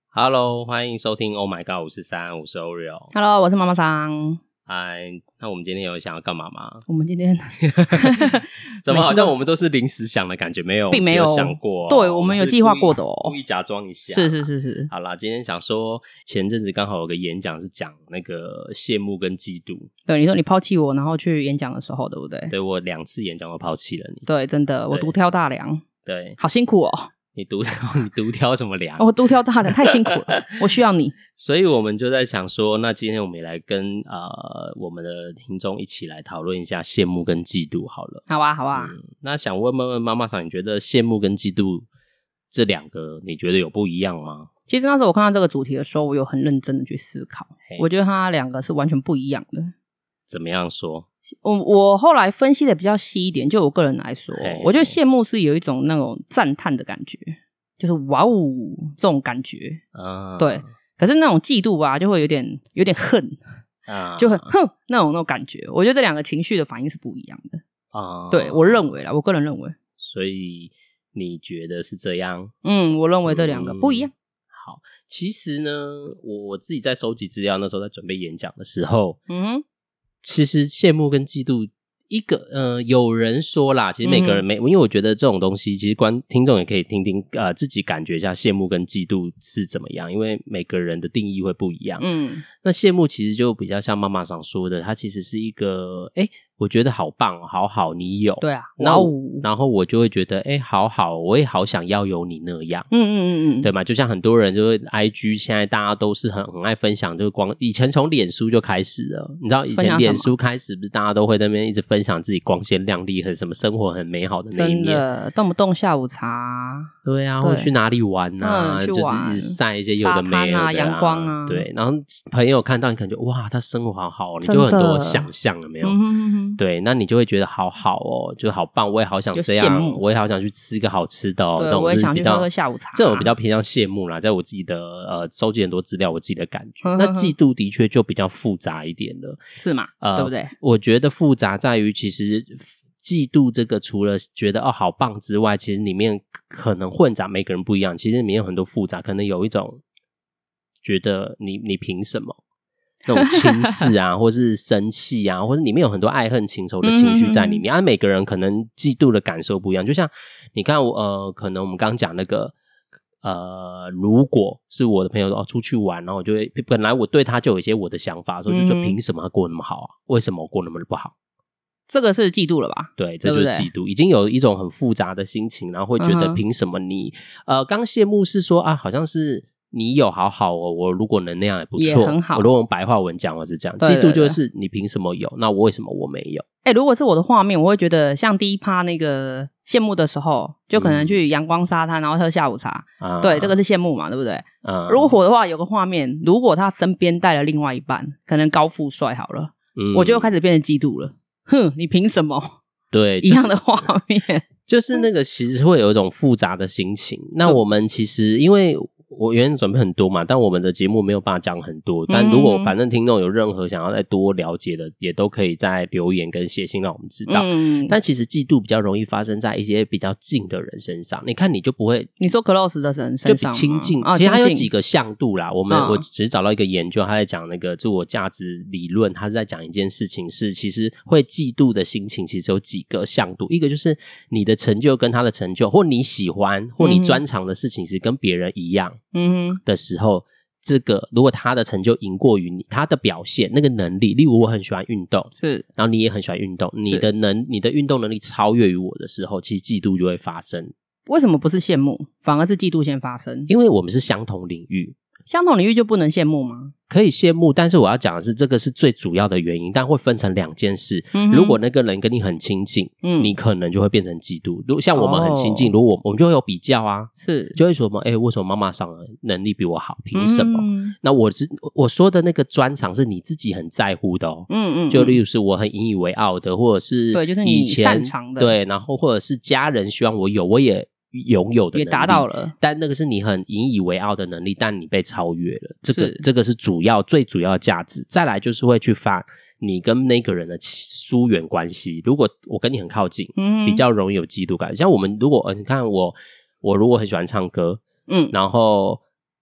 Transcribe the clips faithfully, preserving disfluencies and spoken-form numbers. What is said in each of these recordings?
Hello， 欢迎收听 Oh My God 五四三，我是 Oreo。Hello， 我是妈妈桑。 嗨，那我们今天有想要干嘛吗？ 我们今天怎么好像我们都是临时想的感觉，没有， 并没有想过、哦。 对，我们有计划过的哦， 故意假装一下。 是是是是。 好啦，今天想说，前阵子刚好有个演讲是讲那个羡慕跟嫉妒。 对，你说你抛弃我，然后去演讲的时候，对不对？ 对，我两次演讲都抛弃了你。 对，真的，我独挑大梁。 对， 好辛苦哦。 你独挑你独挑什么梁？ 我独挑大梁，太辛苦了，我需要你。 所以我们就在想说，那今天我们也来跟呃我们的听众一起来讨论一下羡慕跟嫉妒好了。 好啊好啊、 嗯、那想问问问妈妈桑，你觉得羡慕跟嫉妒这两个你觉得有不一样吗？ 其实那时候我看到这个主题的时候，我有很认真的去思考，我觉得它两个是完全不一样的。 怎么样说？ 我我后来分析的比较细一点，就我个人来说，我觉得羡慕是有一种那种赞叹的感觉，就是哇哦这种感觉、啊、对。可是那种嫉妒啊，就会有点有点恨啊，就很哼那种那种感觉。我觉得这两个情绪的反应是不一样的啊。对，我认为啦，我个人认为。 所以你觉得是这样？ 嗯，我认为这两个不一样。 嗯、好，其实呢，我我自己在收集资料，那时候在准备演讲的时候，嗯。其实羡慕跟嫉妒一个呃，有人说啦，其实每个人没、嗯、因为我觉得这种东西其实观听众也可以听听呃，自己感觉一下羡慕跟嫉妒是怎么样，因为每个人的定义会不一样。嗯，那羡慕其实就比较像妈妈桑说的，它其实是一个诶我觉得好棒好好你有， 对啊， 然后然后我就会觉得诶好好我也好想要有你那样。嗯嗯嗯嗯，对嘛，就像很多人就会 I G 现在大家都是很很爱分享，就是光以前从脸书就开始了，你知道以前脸书开始不是大家都会在那边一直分享自己光鲜亮丽和什么生活很美好的那一面， 真的动不动下午茶， 对啊，或者去哪里玩啊、嗯、就是一直晒一些有的没有的、啊、 阳光啊， 对，然后朋友看到你感觉哇他生活好好，你就很多想象有没有、嗯、对，那你就会觉得好好哦，就好棒，我也好想这样，我也好想去吃个好吃的哦，这种是比较，我也想去喝下午茶，这种比较偏向羡慕啦，在我自己的呃收集很多资料我自己的感觉。那嫉妒的确就比较复杂一点了， 是吗、呃、对不对？ 我觉得复杂在于其实嫉妒这个除了觉得哦好棒之外，其实里面可能混杂每个人不一样，其实里面有很多复杂，可能有一种觉得你你凭什么那种轻视啊或是生气啊，或者里面有很多爱恨情仇的情绪在里面、嗯、啊，每个人可能嫉妒的感受不一样，就像你看我呃，可能我们刚刚讲那个呃，如果是我的朋友哦出去玩，然后我就会本来我对他就有一些我的想法，所以就说凭什么他过那么好啊？为什么我过那么不好？ 这个是嫉妒了吧？ 对，这就是嫉妒，已经有一种很复杂的心情，然后会觉得凭什么你、嗯、呃，刚羡慕是说啊，好像是你有好好哦，我如果能那样也不错， 也很好。 我如果用白话文讲我是这样，嫉妒就是你凭什么有，那我为什么我没有？ 哎、欸，如果是我的画面，我会觉得像第一趴那个羡慕的时候，就可能去阳光沙滩，然后喝下午茶、嗯、对，这个是羡慕嘛，对不对？嗯，如果我的话有个画面，如果他身边带了另外一半，可能高富帅好了、嗯、我就开始变成嫉妒了，哼，你凭什么？ 对、 就是、一样的画面， 就是那个其实会有一种复杂的心情。那我们其实因为我原本准备很多嘛，但我们的节目没有办法讲很多，但如果反正听众有任何想要再多了解的，也都可以在留言跟写信让我们知道、嗯、但其实嫉妒比较容易发生在一些比较近的人身上，你看你就不会， 你说 close 的人身上就亲近、哦、其实还有几个向度啦，我们、哦、我只是找到一个研究，他在讲那个自我价值理论，他是在讲一件事情是其实会嫉妒的心情其实有几个向度，一个就是你的成就跟他的成就，或你喜欢或你专长的事情是跟别人一样嗯的时候，这个如果他的成就赢过于你，他的表现那个能力，例如我很喜欢运动，是，然后你也很喜欢运动，你的能你的运动能力超越于我的时候，其实嫉妒就会发生。 为什么不是羡慕，反而是嫉妒先发生？ 因为我们是相同领域， 相同领域就不能羡慕吗？ 可以羡慕，但是我要讲的是这个是最主要的原因，但会分成两件事、嗯、如果那个人跟你很亲近、嗯、你可能就会变成嫉妒。如果像我们很亲近、哦、如果我们就会有比较啊，是就会说什么哎、欸，为什么妈妈上的能力比我好，凭什么、嗯、那我我说的那个专长是你自己很在乎的哦，嗯嗯，就例如是我很引以为傲的，或者是对，就是你擅长的， 对，然后或者是家人希望我有，我也拥有的能力也达到了， 但那个是你很引以为傲的能力，但你被超越了，这个这个是主要最主要的价值。再来就是会去发你跟那个人的疏远关系，如果我跟你很靠近、嗯、比较容易有嫉妒感。像我们如果、呃、你看我我如果很喜欢唱歌，嗯，然后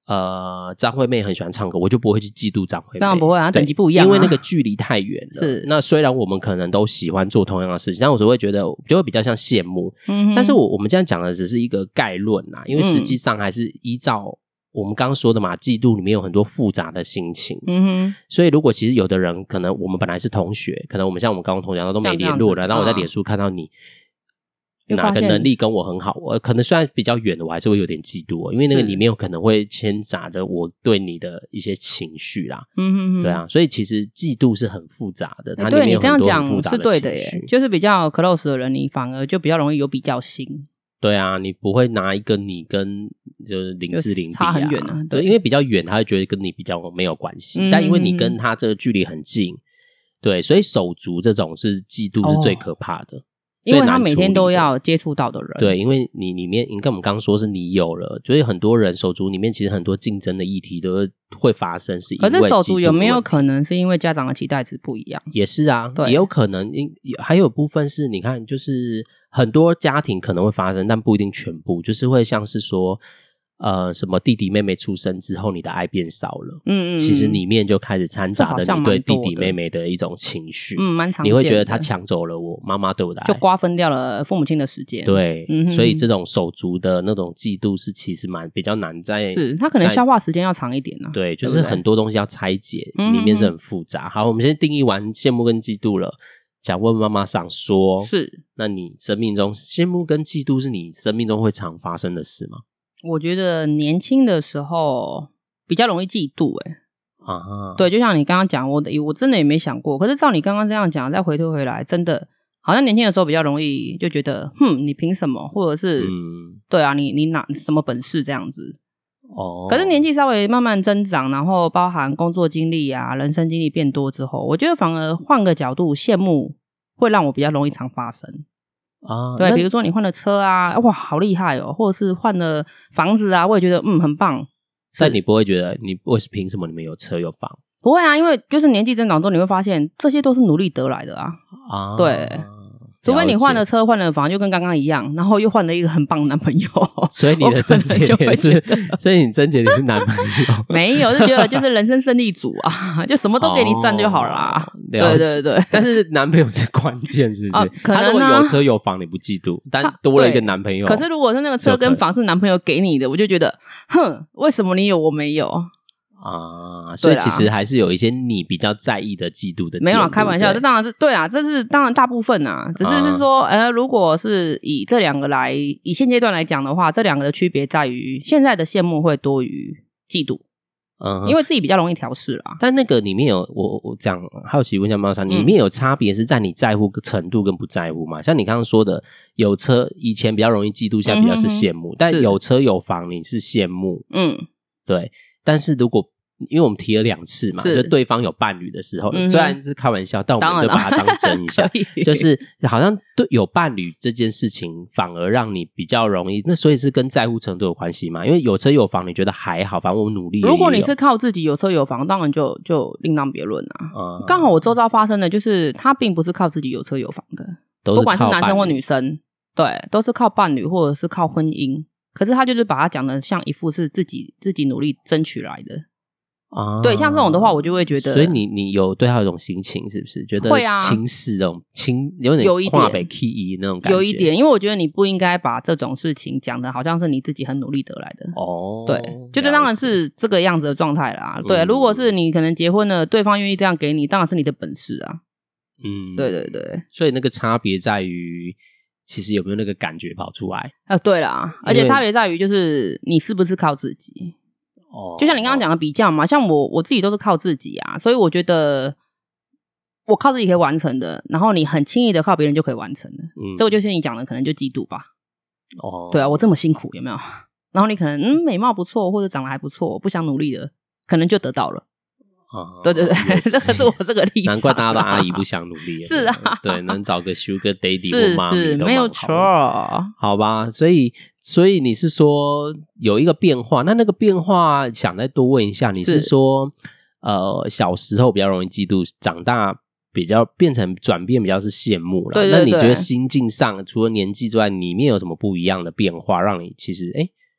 呃，张惠妹很喜欢唱歌，我就不会去嫉妒张惠妹。 当然不会啊，等级不一样、啊， 因为那个距离太远了。 是， 那虽然我们可能都喜欢做同样的事情，但我只会觉得就会比较像羡慕。嗯，但是我我们这样讲的只是一个概论啦，因为实际上还是依照我们刚刚说的嘛，嫉妒里面有很多复杂的心情。嗯哼，所以如果其实有的人可能我们本来是同学，可能我们像我们高中同学都没联络了，然后我在脸书看到你。哪个能力跟我很好，我可能虽然比较远的，我还是会有点嫉妒、哦，因为那个里面有可能会牵杂着我对你的一些情绪啦。嗯哼哼，对啊，所以其实嫉妒是很复杂的，它里面有很多很复杂的情绪。 对，你这样讲是对的耶，就是比较 close 的人，你反而就比较容易有比较心。 对啊，你不会拿一个你跟就是林志玲、啊、 差很远啊， 对，因为比较远，他会觉得跟你比较没有关系、嗯，但因为你跟他这个距离很近，对，所以手足这种是嫉妒是最可怕的。哦， 因为他每天都要接触到的人， 对，因为你里面，你跟我们刚刚说是你有了，所以很多人手足里面其实很多竞争的议题都会发生，是因为可是手足有没有可能是因为家长的期待值不一样？ 也是啊，也有可能，还有部分是你看，就是很多家庭可能会发生，但不一定全部，就是会像是说。呃，什么弟弟妹妹出生之后，你的爱变少了，嗯嗯，其实里面就开始掺杂了你对弟弟妹妹的一种情绪， 嗯，蛮常见的。 你会觉得他抢走了我妈妈对我的爱， 就瓜分掉了父母亲的时间。 对、嗯，所以这种手足的那种嫉妒是其实蛮比较难在， 是他可能消化时间要长一点呢、啊。 对，就是很多东西要拆解，对对里面是很复杂。好，我们先定义完羡慕跟嫉妒了。想问妈妈想说，是，那你生命中羡慕跟嫉妒是你生命中会常发生的事吗？ 我觉得年轻的时候比较容易嫉妒欸啊，对，就像你刚刚讲，我的我真的也没想过，可是照你刚刚这样讲，再回推回来，真的好像年轻的时候比较容易就觉得，哼，你凭什么，或者是，嗯，对啊，你你哪什么本事这样子。哦，可是年纪稍微慢慢增长，然后包含工作经历啊、人生经历变多之后，我觉得反而换个角度，羡慕会让我比较容易常发生。啊，对，比如说你换了车啊，哇，好厉害哦，或者是换了房子啊，我也觉得嗯很棒。 但你不会觉得你为凭什么你们有车有房？ 不会啊，因为就是年纪增长之后，你会发现这些都是努力得来的啊。啊，对。除非你换了车换了房就跟刚刚一样，然后又换了一个很棒的男朋友， 所以你的症结点是，所以你症结点是男朋友没有，就觉得就是人生胜利组啊，就什么都给你赚就好啦、哦、对对对， 但是男朋友是关键，是不是、啊、可能、啊、他如果有车有房你不嫉妒，但多了一个男朋友， 可是如果是那个车跟房是男朋友给你的，我就觉得哼，为什么你有我没有啊，所以其实还是有一些你比较在意的嫉妒的点。 没有啦，开玩笑，这当然是对啦，这是当然大部分啊，只是是说、啊、呃，如果是以这两个来，以现阶段来讲的话，这两个的区别在于现在的羡慕会多于嫉妒，嗯，因为自己比较容易调试啦。 但那个里面有我我讲好奇问一下猫山，里面有差别是在你在乎程度跟不在乎嘛？像你刚刚说的，有车以前比较容易嫉妒，现在比较是羡慕，嗯、但有车有房你是羡慕，嗯，对。但是如果因为我们提了两次嘛，就对方有伴侣的时候、嗯、虽然是开玩笑，但我们就把它当真一下，就是好像对有伴侣这件事情反而让你比较容易，那所以是跟在乎程度有关系嘛？因为有车有房你觉得还好，反正我努力， 如果你是靠自己有车有房，当然就就另当别论啊。刚、嗯、好我周遭发生的就是他并不是靠自己有车有房的， 都是不管是男生或女生，对，都是靠伴侣或者是靠婚姻，可是他就是把他讲的像一副是自己自己努力争取来的啊。对，像这种的话我就会觉得， 所以你你有对他有一种心情是不是觉得会啊， 轻视这种轻有点跨北 key 那种感觉， 有一点，因为我觉得你不应该把这种事情讲的好像是你自己很努力得来的哦。对，就这当然是这个样子的状态啦。对、嗯，如果是你可能结婚了，对方愿意这样给你，当然是你的本事啊。嗯，对对对， 所以那个差别在于其实有没有那个感觉跑出来啊？对啦，而且差别在于就是你是不是靠自己哦。就像你刚刚讲的比较嘛，像我我自己都是靠自己啊，所以我觉得我靠自己可以完成的，然后你很轻易的靠别人就可以完成的，嗯，这个就是你讲的可能就嫉妒吧。哦，对啊，我这么辛苦有没有？然后你可能嗯美貌不错或者长得还不错，不想努力的，可能就得到了。哦，对对对，这个是我这个例子。 难怪大家都阿姨不想努力。 是啊， 对，能找个 Sugar Daddy 或妈咪都没有错。 好吧，所以所以你是说有一个变化，那那个变化想再多问一下，你是说呃小时候比较容易嫉妒，长大比较变成转变比较是羡慕了？对对对。那你觉得心境上除了年纪之外，里面有什么不一样的变化，让你其实哎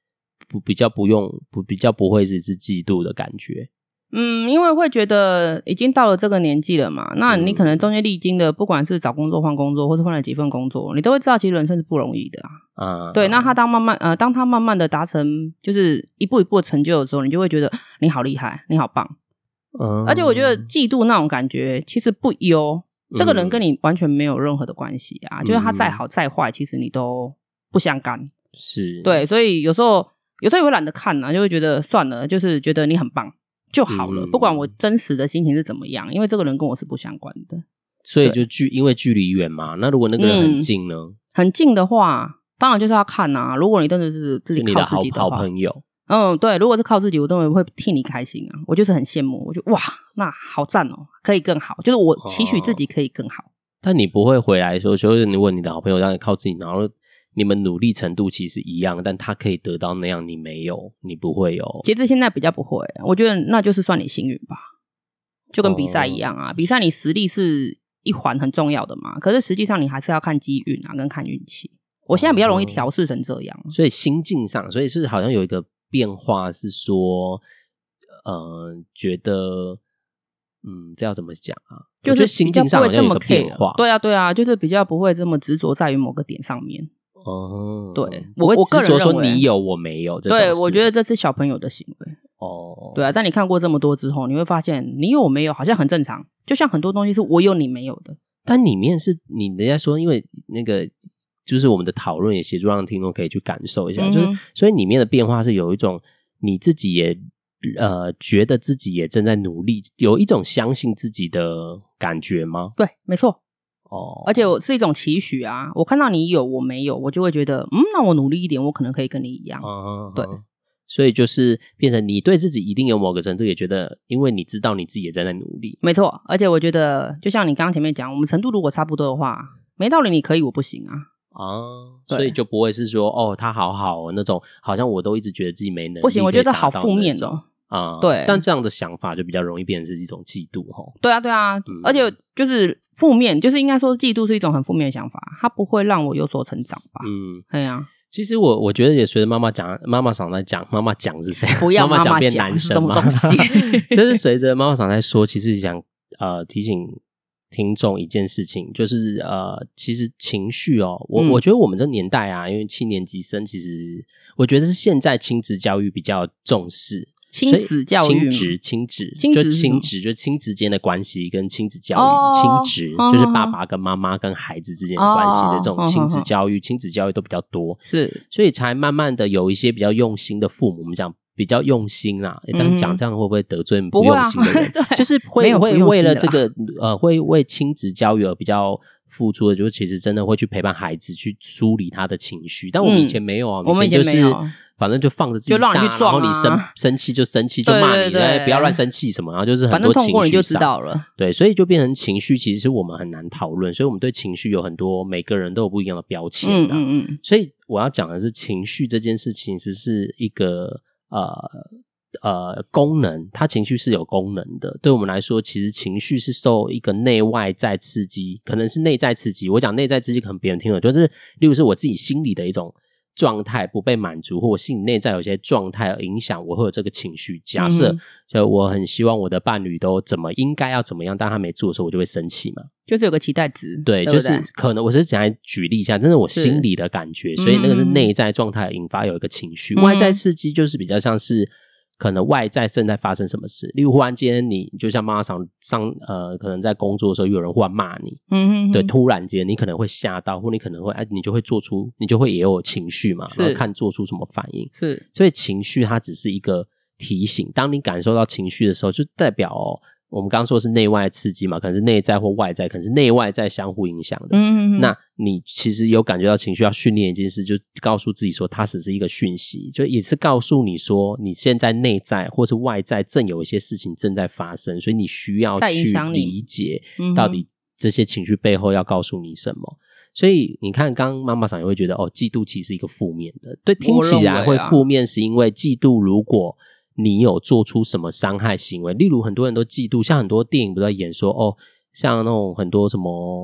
不比较不用不比较不会是是嫉妒的感觉？ 嗯，因为会觉得已经到了这个年纪了嘛，那你可能中间历经的，不管是找工作换工作，或是换了几份工作，你都会知道其实人生是不容易的啊。啊对，那他当慢慢呃，当他慢慢的达成就是一步一步的成就的时候，你就会觉得你好厉害，你好棒。嗯，而且我觉得嫉妒那种感觉其实不优，这个人跟你完全没有任何的关系啊，嗯、就是他再好再坏，其实你都不相干。 是， 对，所以有时候有时候也会懒得看啊，就会觉得算了，就是觉得你很棒。就好了、嗯、不管我真实的心情是怎么样，因为这个人跟我是不相关的， 所以就距因为距离远嘛。那如果那个人很近呢、嗯、 很近的话当然就是要看啊，如果你真的是自己靠自己的话， 你的好好朋友， 嗯，对，如果是靠自己我当然会替你开心啊，我就是很羡慕，我就哇那好赞哦，可以更好，就是我期许自己可以更好、哦、 但你不会回来说就是如果你的好朋友让你靠自己，然后你们努力程度其实一样，但他可以得到那样你没有，你不会有。 其实现在比较不会，我觉得那就是算你幸运吧，就跟比赛一样啊、哦、比赛你实力是一环很重要的嘛，可是实际上你还是要看机运啊跟看运气，我现在比较容易调试成这样、哦、 所以心境上，所以是好像有一个变化是说呃，觉得嗯，这要怎么讲啊， 就是心境上好像有一个变化， 对啊对啊，就是比较不会这么执着在于某个点上面。哦，对，我我个人认为说你有我没有这种事， 对，我觉得这是小朋友的行为。哦，对啊，但你看过这么多之后，你会发现你有我没有好像很正常，就像很多东西是我有你没有的， 但里面是你人家说，因为那个就是我们的讨论也协助让听众可以去感受一下、嗯、就是所以里面的变化是有一种你自己也呃觉得自己也正在努力，有一种相信自己的感觉吗？ 对，没错。哦，而且我是一种期许啊，我看到你有我没有，我就会觉得嗯，那我努力一点，我可能可以跟你一样、嗯、对， 所以就是变成你对自己一定有某个程度也觉得，因为你知道你自己也在在努力， 没错。而且我觉得就像你刚刚前面讲，我们程度如果差不多的话，没道理你可以我不行啊啊，所以就不会是说哦他好好、哦、那种好像我都一直觉得自己没能力， 不行，我觉得好负面哦啊、嗯，对，但这样的想法就比较容易变成是一种嫉妒齁。 对啊，对啊、嗯，而且就是负面，就是应该说嫉妒是一种很负面的想法，它不会让我有所成长吧？嗯，对啊。 其实我我觉得也随着妈妈讲，妈妈常在讲，妈妈讲是谁？ 不要妈妈讲变男生吗？ 什么东西？ 就是随着妈妈常在说，其实想呃提醒听众一件事情，就是呃，其实情绪哦，我、嗯、我觉得我们这年代啊，因为七年级生，其实我觉得是现在亲子教育比较重视。 亲子教育， 亲职亲职亲就亲职就亲子间的关系跟亲子教育、哦、亲职、哦、就是爸爸跟妈妈跟孩子之间的关系的这种亲子教育、哦、亲子教育都比较多， 是， 所以才慢慢的有一些比较用心的父母，我们讲比较用心啦，欸、但讲这样会不会得罪不用心的人？ 啊、 就是会会为了这个呃，会为亲子教育而比较付出的，就是其实真的会去陪伴孩子去梳理他的情绪，但我们以前没有啊， 嗯、我们以前就是反正就放着自己大， 就让你去撞、啊、 然后你生生气就生气，就骂你， 对对对， 不要乱生气什么，然后就是很多情绪上， 反正痛过你就知道了。 对，所以就变成情绪，其实是我们很难讨论，所以我们对情绪有很多每个人都有不一样的标签、啊。嗯嗯嗯。所以我要讲的是，情绪这件事情其实是一个呃呃功能，它情绪是有功能的。对我们来说，其实情绪是受一个内外在刺激，可能是内在刺激。我讲内在刺激，可能别人听了就是，例如是我自己心里的一种状态不被满足，或我心里内在有些状态影响我会有这个情绪。假设、嗯、就我很希望我的伴侣都怎么应该要怎么样，但他没做的时候我就会生气嘛， 就是有个期待值。 对, 对, 对，就是可能我是讲来举例一下，真的我心里的感觉，所以那个是内在状态引发有一个情绪、嗯、外在刺激就是比较像是可能外在正在发生什么事，例如忽然间你就像妈妈上上呃，可能在工作的时候有人忽然骂你，嗯哼哼，对，突然间你可能会吓到，或你可能会哎，你就会做出，你就会也有情绪嘛，然后看做出什么反应， 是， 所以情绪它只是一个提醒，当你感受到情绪的时候，就代表哦，我们刚刚说是内外刺激嘛，可能是内在或外在，可能是内外在相互影响的。嗯哼哼，那你其实有感觉到情绪要训练一件事，就告诉自己说它只是一个讯息，就也是告诉你说你现在内在或是外在正有一些事情正在发生，所以你需要去理解到底这些情绪背后要告诉你什么。嗯，所以你看刚刚妈妈桑也会觉得哦，嫉妒其实是一个负面的，对，听起来会负面是因为嫉妒如果你有做出什么伤害行为，例如很多人都嫉妒，像很多电影不是在演说哦，像那种很多什么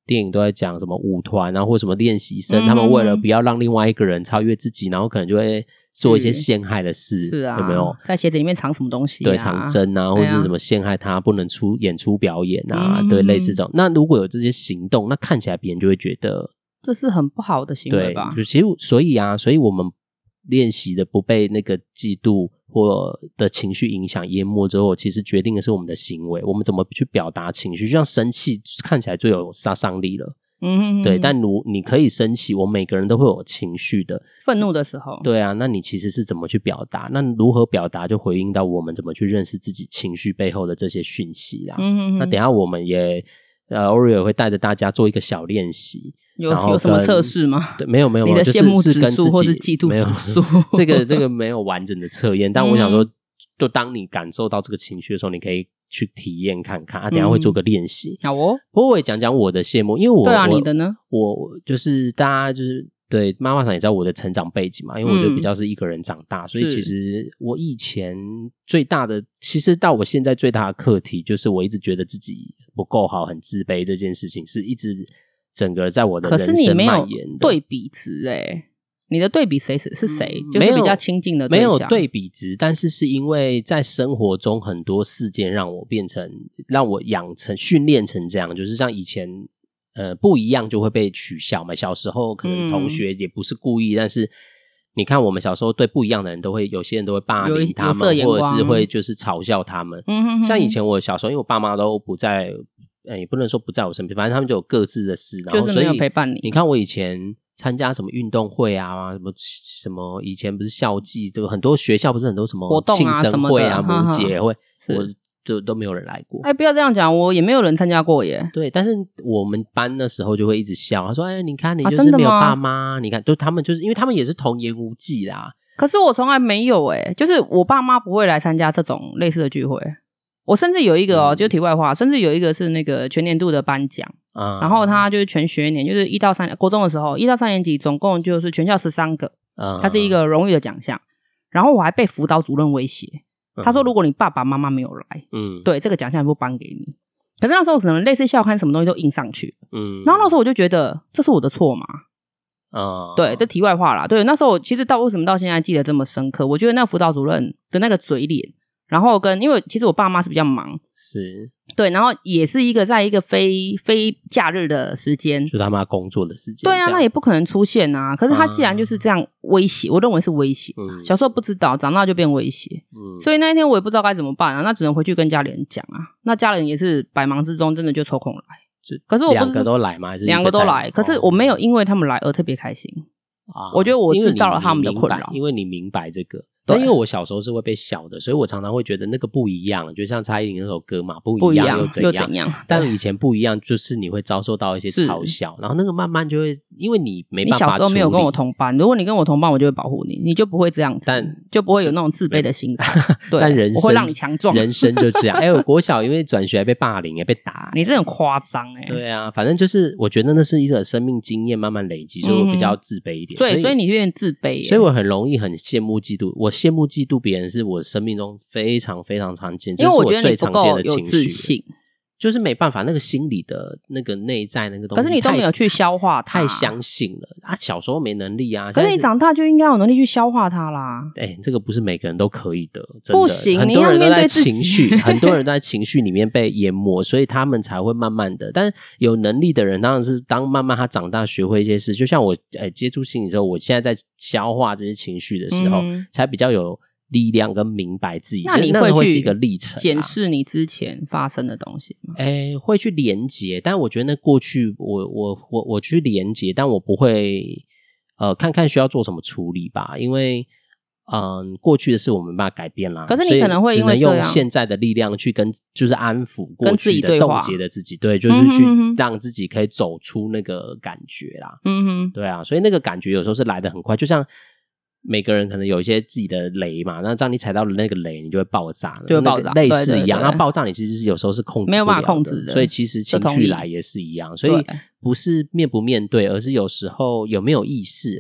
电影都在讲什么舞团啊或什么练习生、 嗯、 他们为了不要让另外一个人超越自己，然后可能就会做一些陷害的事， 是啊， 有没有在鞋子里面藏什么东西、啊、 对，藏针啊或者是什么陷害他不能出演出表演啊、嗯、对，类似这种。那如果有这些行动，那看起来别人就会觉得这是很不好的行为吧。 对，其实所以啊所以我们练习的不被那个嫉妒或的情绪影响淹没之后，其实决定的是我们的行为，我们怎么去表达情绪。就像生气看起来最有杀伤力了，嗯哼哼，对，但如你可以生气，我们每个人都会有情绪的， 愤怒的时候， 对啊，那你其实是怎么去表达？那如何表达就回应到我们怎么去认识自己情绪背后的这些讯息啦。嗯哼哼，那等一下我们也呃 Oreo 会带着大家做一个小练习。 有有什么测试吗？ 对，没有没有， 你的羡慕指数或是嫉妒指数， 这个这个没有完整的测验。但我想说，就当你感受到这个情绪的时候，你可以去体验看看。啊，等一下会做个练习。 好哦。 不过我也讲讲我的羡慕，因为我对啊，你的呢？ 我就是大家就是对妈妈桑也知道我的成长背景嘛，因为我就比较是一个人长大，嗯、所以其实我以前最大的，其实到我现在最大的课题，就是我一直觉得自己不够好，很自卑这件事情，是一直。整个在我的人生蔓延的。可是你没有对比值欸，你的对比谁是是谁？嗯、就是比较亲近的对象。 没有对比值，但是是因为在生活中很多事件让我变成，让我养成训练成这样，就是像以前呃不一样就会被取笑嘛。小时候可能同学也不是故意，嗯、但是你看我们小时候对不一样的人都会，有些人都会霸凌他们，或者是会就是嘲笑他们。嗯哼哼，像以前我小时候，因为我爸妈都不在。欸、也不能说不在我身边，反正他们就有各自的事，然后就是没有陪伴你。 你看我以前参加什么运动会啊，什么什么，以前不是校际，就很多学校不是很多什么活动啊庆生会啊、 母节会，我就都没有人来过。 哎，不要这样讲，我也没有人参加过耶。 对，但是我们班那时候就会一直笑，他说：“哎，你看你就是没有爸妈，啊、你看，就他们就是因为他们也是童言无忌啦。” 可是我从来没有哎，就是我爸妈不会来参加这种类似的聚会。我甚至有一个哦，就题外话，甚至有一个是那个全年度的颁奖，嗯、然后他就是全学年，就是一到三国中的时候，一到三年级总共就是全校十三个，嗯、它是一个荣誉的奖项。然后我还被辅导主任威胁，他说如果你爸爸妈妈没有来，嗯，对这个奖项不颁给你。可是那时候可能类似校刊什么东西都印上去，嗯，然后那时候我就觉得这是我的错嘛。嗯，对，这题外话啦。对，那时候我其实到为什么到现在记得这么深刻，我觉得那个辅导主任的那个嘴脸。然后跟因为其实我爸妈是比较忙， 是对，然后也是一个在一个非非假日的时间， 就他妈工作的时间， 对啊，那也不可能出现啊。可是他既然就是这样威胁，嗯、我认为是威胁、嗯。小时候不知道，长大就变威胁。嗯，所以那一天我也不知道该怎么办啊，那只能回去跟家里人讲啊。那家人也是百忙之中真的就抽空来，可是我不两个都来吗？还是两个都来？可是我没有因为他们来而特别开心啊。我觉得我制造了他们的困扰， 因为你明白这个。但因为我小时候是会被笑的，所以我常常会觉得那个不一样，就像蔡依林那首歌嘛，不一样又怎样？ 又怎样？ 但以前不一样，就是你会遭受到一些嘲笑，然后那个慢慢就会，因为你没办法处理。你小时候没有跟我同班，如果你跟我同班，我就会保护你，你就不会这样子， 但就不会有那种自卑的心态。对， 但人生我会让你强壮， 人生就这样。哎、欸，我国小因为转学还被霸凌，也被打， 你这很夸张哎。 对啊，反正就是我觉得那是一种生命经验慢慢累积，所以我比较自卑一点。 对、嗯， 所以所以你有点自卑， 所以我很容易很羡慕嫉妒，我羡慕嫉妒别人。是我生命中非常非常常见， 因为我觉得最常见的情绪， 就是没办法，那个心理的那个内在那个东西， 可是你都没有去消化它， 太相信了啊！小时候没能力啊， 可是你长大就应该有能力去消化它啦。 哎、欸，这个不是每个人都可以的，真的不行， 很多人都在情绪，很多人都在情绪里面被淹没，所以他们才会慢慢的。但是有能力的人，当然是当慢慢他长大学会一些事，就像我哎、欸、接触心理之后，我现在在消化这些情绪的时候，嗯、才比较有力量跟明白自己， 那你会会是一个历程、啊， 检视你之前发生的东西吗？ 诶，会去连结，但我觉得那过去我我我我去连结，但我不会呃看看需要做什么处理吧，因为嗯、呃、过去的事我们没办法改变啦。 可是你可能会因为只能用现在的力量去跟就是安抚过去的冻结的自己，对，就是去让自己可以走出那个感觉啦。嗯哼，对啊，所以那个感觉有时候是来得很快，就像。每个人可能有一些自己的雷嘛，那这样你踩到了那个雷，你就会爆炸了， 就会爆炸， 那个类似一样。那爆炸你其实是有时候是控制不了的， 没有办法控制的， 所以其实情绪来也是一样。所以不是面不面对，而是有时候有没有意识啊。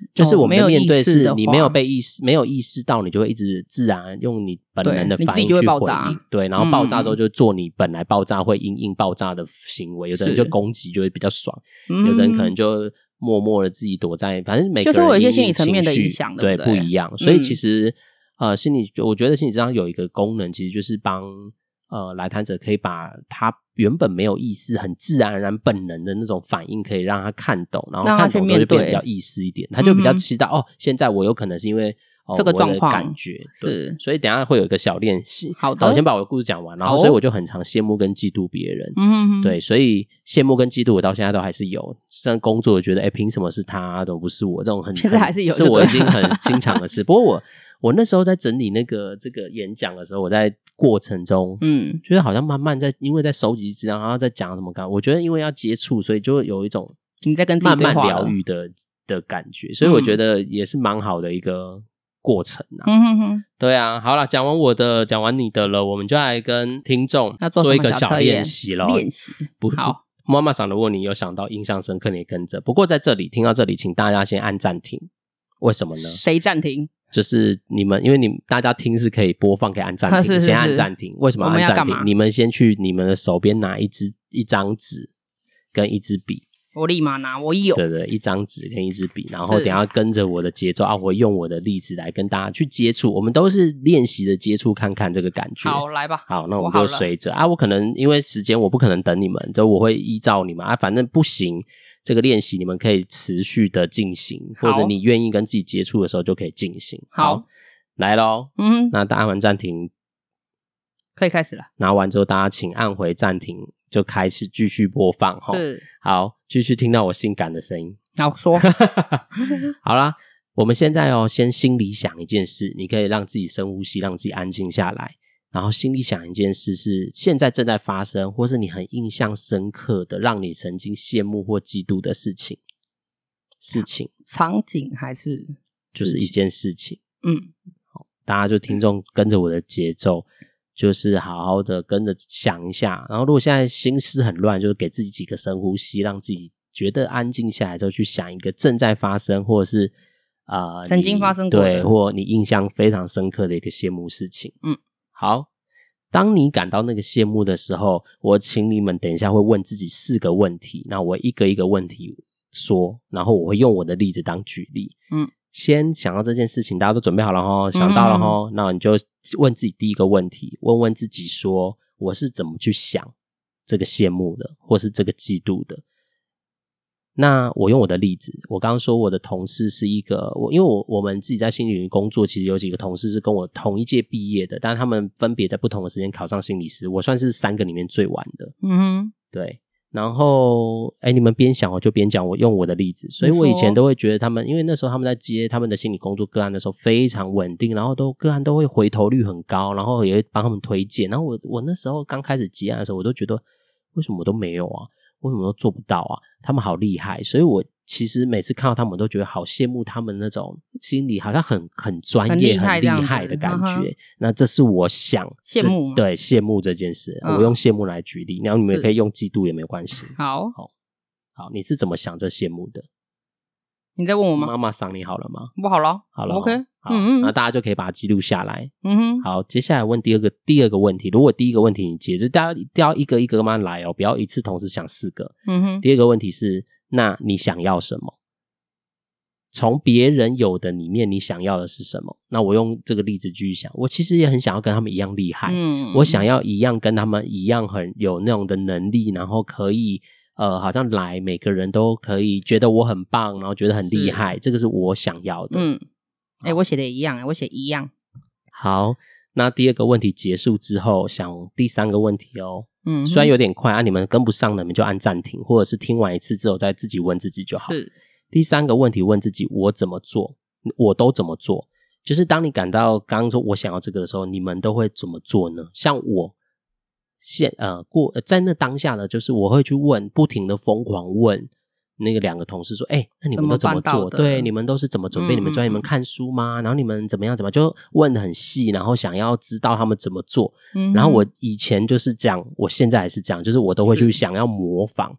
就是我们的面对是你没有被意识没有意识到，你就会一直自然用你本能的反应去回应，对，然后爆炸之后就做你本来爆炸会因应爆炸的行为，有的人就攻击就会比较爽，有的人可能就默默的自己躲在，反正每个人就是有一些心理层面的影响， 对，不一样，所以其实、嗯、呃，心理我觉得心理咨商有一个功能，其实就是帮呃来谈者可以把他原本没有意识很自然而然本能的那种反应可以让他看懂，然后看懂之后就变得比较意识一点，他就比较知道、嗯、哦现在我有可能是因为、哦、 这个状况感觉是， 所以等一下会有一个小练习。 好的， 好，我先把我的故事讲完，然后所以我就很常羡慕跟嫉妒别人，嗯，对，所以羡慕跟嫉妒我到现在都还是有，像工作我觉得哎，凭什么是他怎么不是我，这种很现在还是有， 是我已经很经常的事不过我我那时候在整理那个这个演讲的时候，我在过程中嗯，觉得好像慢慢在因为在收集资料然后在讲什么感，我觉得因为要接触，所以就有一种你在跟自己对话慢慢疗愈的的感觉，所以我觉得也是蛮好的一个过程啊。 嗯哼哼， 对啊，好啦，讲完我的讲完你的了，我们就来跟听众做一个小练习咯。 练习不好，妈妈桑如果你有想到印象深刻你也跟着，不过在这里听到这里请大家先按暂停。为什么呢？ 谁暂停？ 就是你们因为你们大家听是可以播放可以按暂停，是是是先按暂停。为什么按暂停？你们先去你们的手边拿一支一张纸跟一支笔， 我立马拿，我有。 对对，一张纸跟一支笔，然后等一下跟着我的节奏啊，我用我的例子来跟大家去接触，我们都是练习的接触看看这个感觉。 好，来吧。 好，那我们就随着啊，我可能因为时间我不可能等你们，就我会依照你们啊，反正不行。这个练习你们可以持续的进行，或者你愿意跟自己接触的时候就可以进行。好，好来咯，嗯，那大家按完暂停， 可以开始了。 拿完之后，大家请按回暂停，就开始继续播放。是，好，继续听到我性感的声音。 好说， 好啦，我们现在哦，先心里想一件事，你可以让自己深呼吸，让自己安静下来。然后心里想一件事是现在正在发生，或是你很印象深刻的让你曾经羡慕或嫉妒的事情事情场景还是就是一件事情。嗯，好，大家就听众跟着我的节奏，就是好好的跟着想一下，然后如果现在心思很乱，就是给自己几个深呼吸，让自己觉得安静下来之后去想一个正在发生或者是呃曾经发生过的， 对，或你印象非常深刻的一个羡慕事情。嗯，好，当你感到那个羡慕的时候，我请你们等一下会问自己四个问题，那我一个一个问题说，然后我会用我的例子当举例。嗯，先想到这件事情，大家都准备好了齁，想到了齁、嗯、那你就问自己第一个问题，问问自己说我是怎么去想这个羡慕的或是这个嫉妒的。那我用我的例子，我刚刚说我的同事是一个我因为我我们自己在心理领域工作，其实有几个同事是跟我同一届毕业的，但是他们分别在不同的时间考上心理师，我算是三个里面最晚的。嗯哼，对。然后诶你们边想我就边讲，我用我的例子，所以我以前都会觉得他们，因为那时候他们在接他们的心理工作个案的时候非常稳定，然后都个案都会回头率很高，然后也会帮他们推荐，然后我我那时候刚开始接案的时候，我都觉得为什么我都没有啊，为什么都做不到啊，他们好厉害，所以我其实每次看到他们都觉得好羡慕他们那种心理好像很很专业很厉害的感觉、嗯、那这是我想羡慕， 对，羡慕这件事、嗯、我用羡慕来举例，然后你们也可以用嫉妒也没有关系。 好好好，你是怎么想这羡慕的？ 你在问我吗？ 妈妈赏你好了吗？ 不好了， 好了 OK， 好，嗯嗯，那大家就可以把它记录下来。嗯哼，好，接下来问第二个第二个问题，如果第一个问题你解，就大家一定要一个一个慢慢来哦，不要一次同时想四个。嗯哼，第二个问题是，那你想要什么？从别人有的里面你想要的是什么？那我用这个例子继续想，我其实也很想要跟他们一样厉害，嗯，我想要一样跟他们一样很有那种的能力，然后可以呃，好像来每个人都可以觉得我很棒，然后觉得很厉害，这个是我想要的。嗯， 诶、欸、我写的也一样，我写一样。 好，那第二个问题结束之后，想第三个问题哦。嗯，虽然有点快啊，你们跟不上的你们就按暂停，或者是听完一次之后再自己问自己就好。是。第三个问题问自己我怎么做，我都怎么做，就是当你感到刚刚说我想要这个的时候，你们都会怎么做呢？像我现呃过在那当下呢，就是我会去问，不停的疯狂问那个两个同事说，哎、欸，那你们都怎么做？对，你们都是怎么准备？嗯、你们专业你们看书吗？然后你们怎么样怎么样，就问得很细，然后想要知道他们怎么做。嗯、然后我以前就是这样，我现在还是这样，就是我都会去想要模仿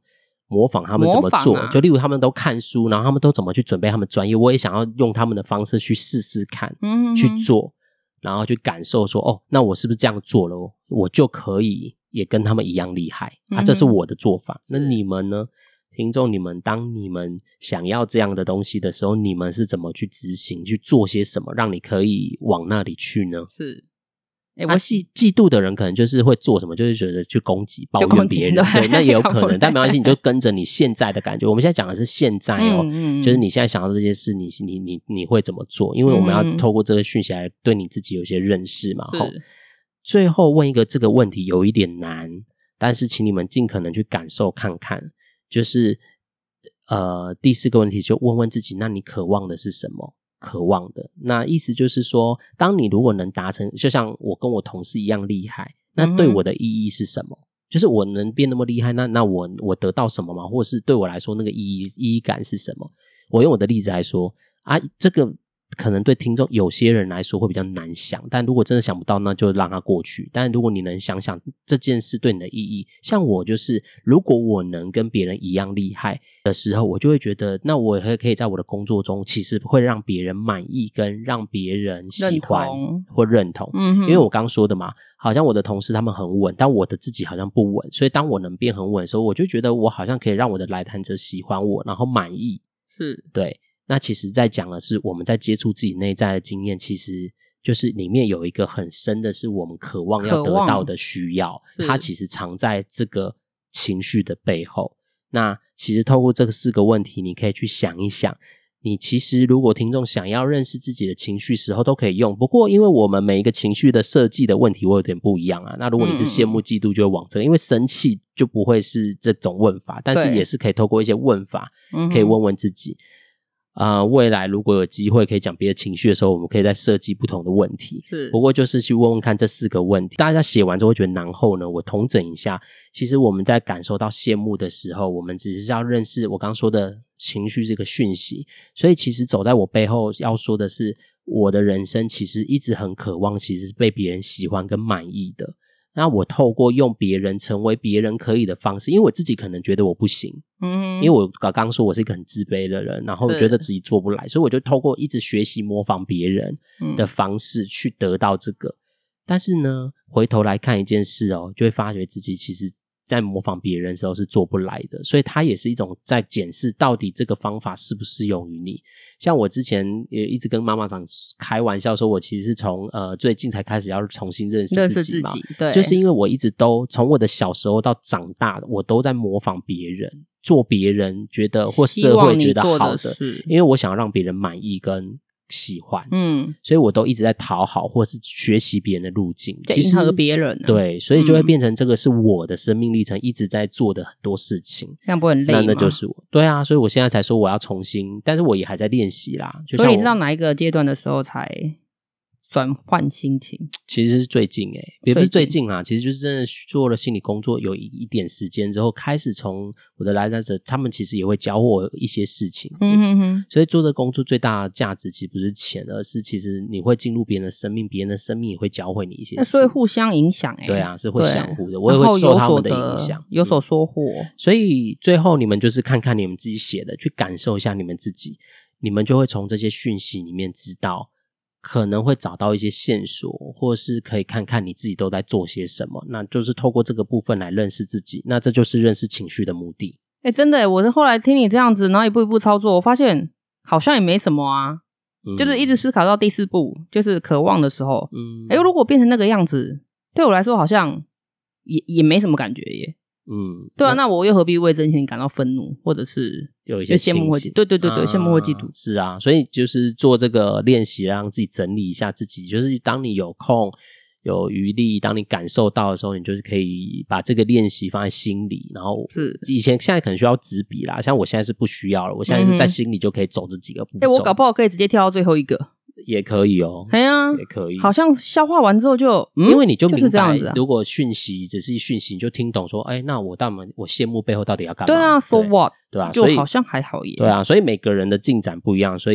模仿他们怎么做、 啊、 就例如他们都看书，然后他们都怎么去准备他们专业，我也想要用他们的方式去试试看、嗯、去做，然后去感受说哦，那我是不是这样做了我就可以也跟他们一样厉害、嗯、啊，这是我的做法。那你们呢，听众，你们当你们想要这样的东西的时候，你们是怎么去执行，去做些什么让你可以往那里去呢？ 是欸、 我嫉嫉妒的人可能就是会做什么，就是觉得去攻击、抱怨别人，对，那也有可能。但没关系，你就跟着你现在的感觉。我们现在讲的是现在哦，嗯嗯就是你现在想到这些事，你你你你会怎么做？因为我们要透过这个讯息来对你自己有些认识嘛。齁最后问一个这个问题有一点难，但是请你们尽可能去感受看看，就是呃第四个问题就问问自己，那你渴望的是什么？渴望的，那意思就是说，当你如果能达成，就像我跟我同事一样厉害，那对我的意义是什么？嗯、就是我能变那么厉害，那那我我得到什么吗？或者是对我来说那个意义意义感是什么？我用我的例子来说啊，这个可能对听众有些人来说会比较难想，但如果真的想不到，那就让它过去。但如果你能想想这件事对你的意义，像我就是如果我能跟别人一样厉害的时候，我就会觉得那我也可以在我的工作中其实会让别人满意跟让别人喜欢或认同。嗯，因为我刚说的嘛，好像我的同事他们很稳，但我的自己好像不稳，所以当我能变很稳的时候，我就觉得我好像可以让我的来谈者喜欢我，然后满意。 是， 对。那其实在讲的是我们在接触自己内在的经验，其实就是里面有一个很深的是我们渴望要得到的需要，它其实藏在这个情绪的背后。那其实透过这个四个问题，你可以去想一想，你其实如果听众想要认识自己的情绪时候都可以用，不过因为我们每一个情绪的设计的问题会有点不一样啊，那如果你是羡慕嫉妒就会往这个、嗯、因为生气就不会是这种问法，但是也是可以透过一些问法可以问问自己、嗯呃，未来如果有机会可以讲别的情绪的时候，我们可以再设计不同的问题。是，不过就是去问问看这四个问题，大家写完之后会觉得难后呢，我统整一下，其实我们在感受到羡慕的时候，我们只是要认识我刚刚说的情绪这个讯息，所以其实走在我背后要说的是，我的人生其实一直很渴望其实是被别人喜欢跟满意的。那我透过用别人成为别人可以的方式，因为我自己可能觉得我不行，嗯，因为我刚刚说我是一个很自卑的人，然后觉得自己做不来，所以我就透过一直学习模仿别人的方式去得到这个、嗯、但是呢回头来看一件事哦，就会发觉自己其实在模仿别人的时候是做不来的，所以它也是一种在检视到底这个方法适不适用于你。像我之前也一直跟妈妈长开玩笑说，我其实是从呃最近才开始要重新认识自己嘛，认识自己，对，就是因为我一直都从我的小时候到长大，我都在模仿别人，做别人觉得或社会觉得好的，因为我想要让别人满意跟喜欢，嗯，所以我都一直在讨好或是学习别人的路径， 其实迎合别人、啊、 对，所以就会变成这个是我的生命历程一直在做的很多事情， 这样不会很累吗？ 那那就是我，对啊，所以我现在才说我要重新，但是我也还在练习啦。就像所以你知道哪一个阶段的时候才转换心情？ 其实是最近诶、欸，也不是最近啦，其实就是真的做了心理工作有一一点时间之后，开始从我的来访者，他们其实也会教我一些事情。嗯哼哼。所以做这工作最大的价值其实不是钱，而是其实你会进入别人的生命，别人的生命也会教会你一些事。 所以互相影响诶、欸。 对啊，是会相互的，我也会受他们的影响， 有所收获、嗯。 所以最后你们就是看看你们自己写的，去感受一下你们自己，你们就会从这些讯息里面知道。可能会找到一些线索，或是可以看看你自己都在做些什么，那就是透过这个部分来认识自己，那这就是认识情绪的目的。 欸，真的耶，我是后来听你这样子，然后一步一步操作，我发现好像也没什么啊、嗯、就是一直思考到第四步，就是渴望的时候，嗯，欸，如果变成那个样子，对我来说好像也也没什么感觉耶。嗯，对啊，那我又何必为这件事情感到愤怒，或者是有一些羡慕或嫉妒？对对对对，羡、啊、慕或嫉妒。 是啊，所以就是做这个练习，让自己整理一下自己。就是当你有空、有余力，当你感受到的时候，你就是可以把这个练习放在心里。然后，是以前现在可能需要纸笔啦，像我现在是不需要了，我现在是在心里就可以走这几个步骤。 哎、欸，我搞不好可以直接跳到最后一个。 也可以哦， 对啊， 也可以。 好像消化完之后就，嗯、 因为你就明白， 就是这样子啊、 如果讯息只是讯息，你就听懂说，哎，那我到底我羡慕背后到底要干嘛？ 对啊 ，so what？ 对吧？ 就好像还好耶。 对啊，所以每个人的进展不一样，所以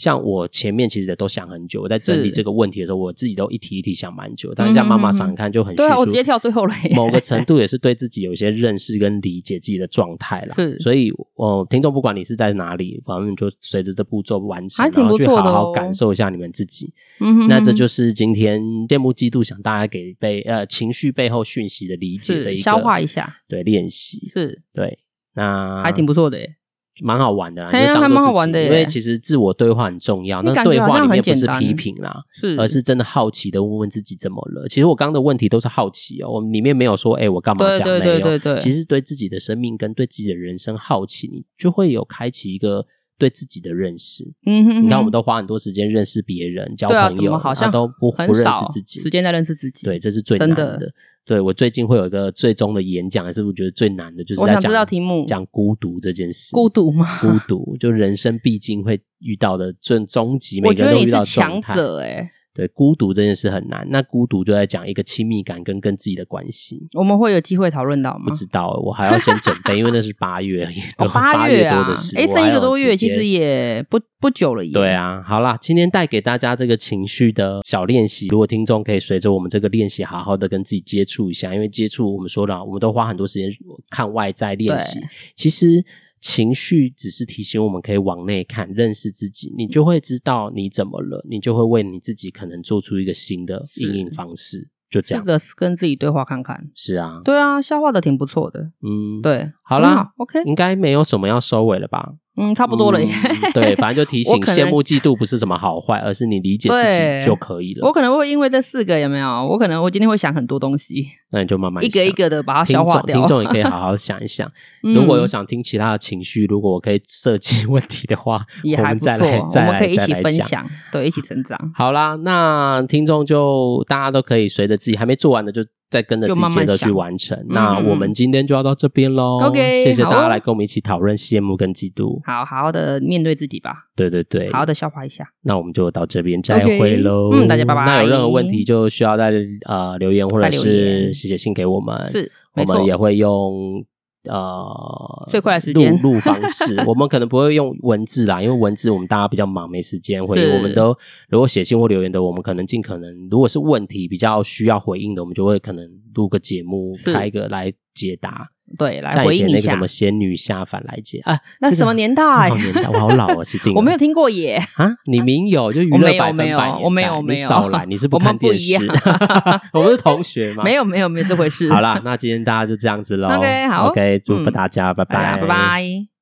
像我前面其实也都想很久，我在整理这个问题的时候，我自己都一题一题想蛮久。但是像妈妈桑你看就很迅速， 对啊，我直接跳最后了耶。 某个程度也是对自己有一些认识跟理解自己的状态啦。是，所以哦，听众不管你是在哪里，反正就随着这步骤完成， 还挺不错的哦， 然后去好好感受一下你们自己。 嗯哼哼， 那这就是今天羡慕嫉妒想大家给背呃情绪背后讯息的理解的一个消化一下， 对练习是， 对，那还挺不错的耶。 蛮好玩的啦， 还就当蛮好玩的耶， 因为其实自我对话很重要。那对话里面不是批评啦，是而是真的好奇的问问自己怎么了。其实我刚刚的问题都是好奇哦，我们里面没有说，哎、欸，我干嘛这样？ 对对对对对， 其实对自己的生命跟对自己的人生好奇，你就会有开启一个对自己的认识。 嗯哼哼， 你看，我们都花很多时间认识别人、交朋友， 啊、好像都不不认识自己， 时间在认识自己。 对，这是最难的。的对，我最近会有一个最终的演讲，也是我觉得最难的，就是在讲题目讲孤独这件事。 孤独吗？ 孤独，就人生必经会遇到的最终极，每个人都遇到的状态。 我觉得你是强者哎、欸。 对，孤独这件事很难。那孤独就在讲一个亲密感跟跟自己的关系。 我们会有机会讨论到吗？ 不知道，我还要先准备，因为那是八月而已。 哦，八月啊， 多的事， 哎，剩一个多月，其实也不不久了耶。 对啊，好啦，今天带给大家这个情绪的小练习，如果听众可以随着我们这个练习，好好的跟自己接触一下，因为接触我们说了，我们都花很多时间看外在练习，其实。情绪只是提醒我们可以往内看，认识自己，你就会知道你怎么了，你就会为你自己可能做出一个新的因应方式，就这样。 试着跟自己对话看看。 是啊， 对啊，消化的挺不错的。 嗯， 对， 好啦 ，OK， 应该没有什么要收尾了吧？ 嗯，差不多了耶、 嗯。对，反正就提醒，羡慕嫉妒不是什么好坏，而是你理解自己就可以了。 我可能会因为这四个有没有？我可能我今天会想很多东西， 那你就慢慢想一个一个的把它消化掉。 听众也可以好好想一想。嗯、如果有想听其他的情绪，如果我可以设计问题的话， 也还不错， 我们再来再来我们可以一起分享，对，一起成长。 好啦，那听众就大家都可以随着自己还没做完的就。再跟着自己节奏去完成。 慢慢那我们今天就要到这边咯 OK， 谢谢大家来跟我们一起讨论羡慕跟嫉妒。 好好好的面对自己吧。 对对对， 好好的消化一下。 那我们就到这边再会咯、 okay， 嗯，大家拜拜。 那有任何问题就需要在呃留言或者是写写信给我们， 是， 我们也会用。呃， 最快的时间录录方式，我们可能不会用文字啦，因为文字我们大家比较忙，没时间回应。我们都如果写信或留言的，我们可能尽可能，如果是问题比较需要回应的，我们就会可能录个节目，开一个来解答。 对，来回应一下。 像以前那个什么仙女下凡来解啊， 那什么年代？ 好年代，我好老啊，是定我没有听过耶啊！你明有就娱乐百分百， 我没有，我没有， 你少来，你是不看电视？我们是同学吗？ 没有，没有，没有这回事。 好啦，那今天大家就这样子咯 OK， 好 ，OK， 祝福大家， 嗯、 拜拜， 拜拜。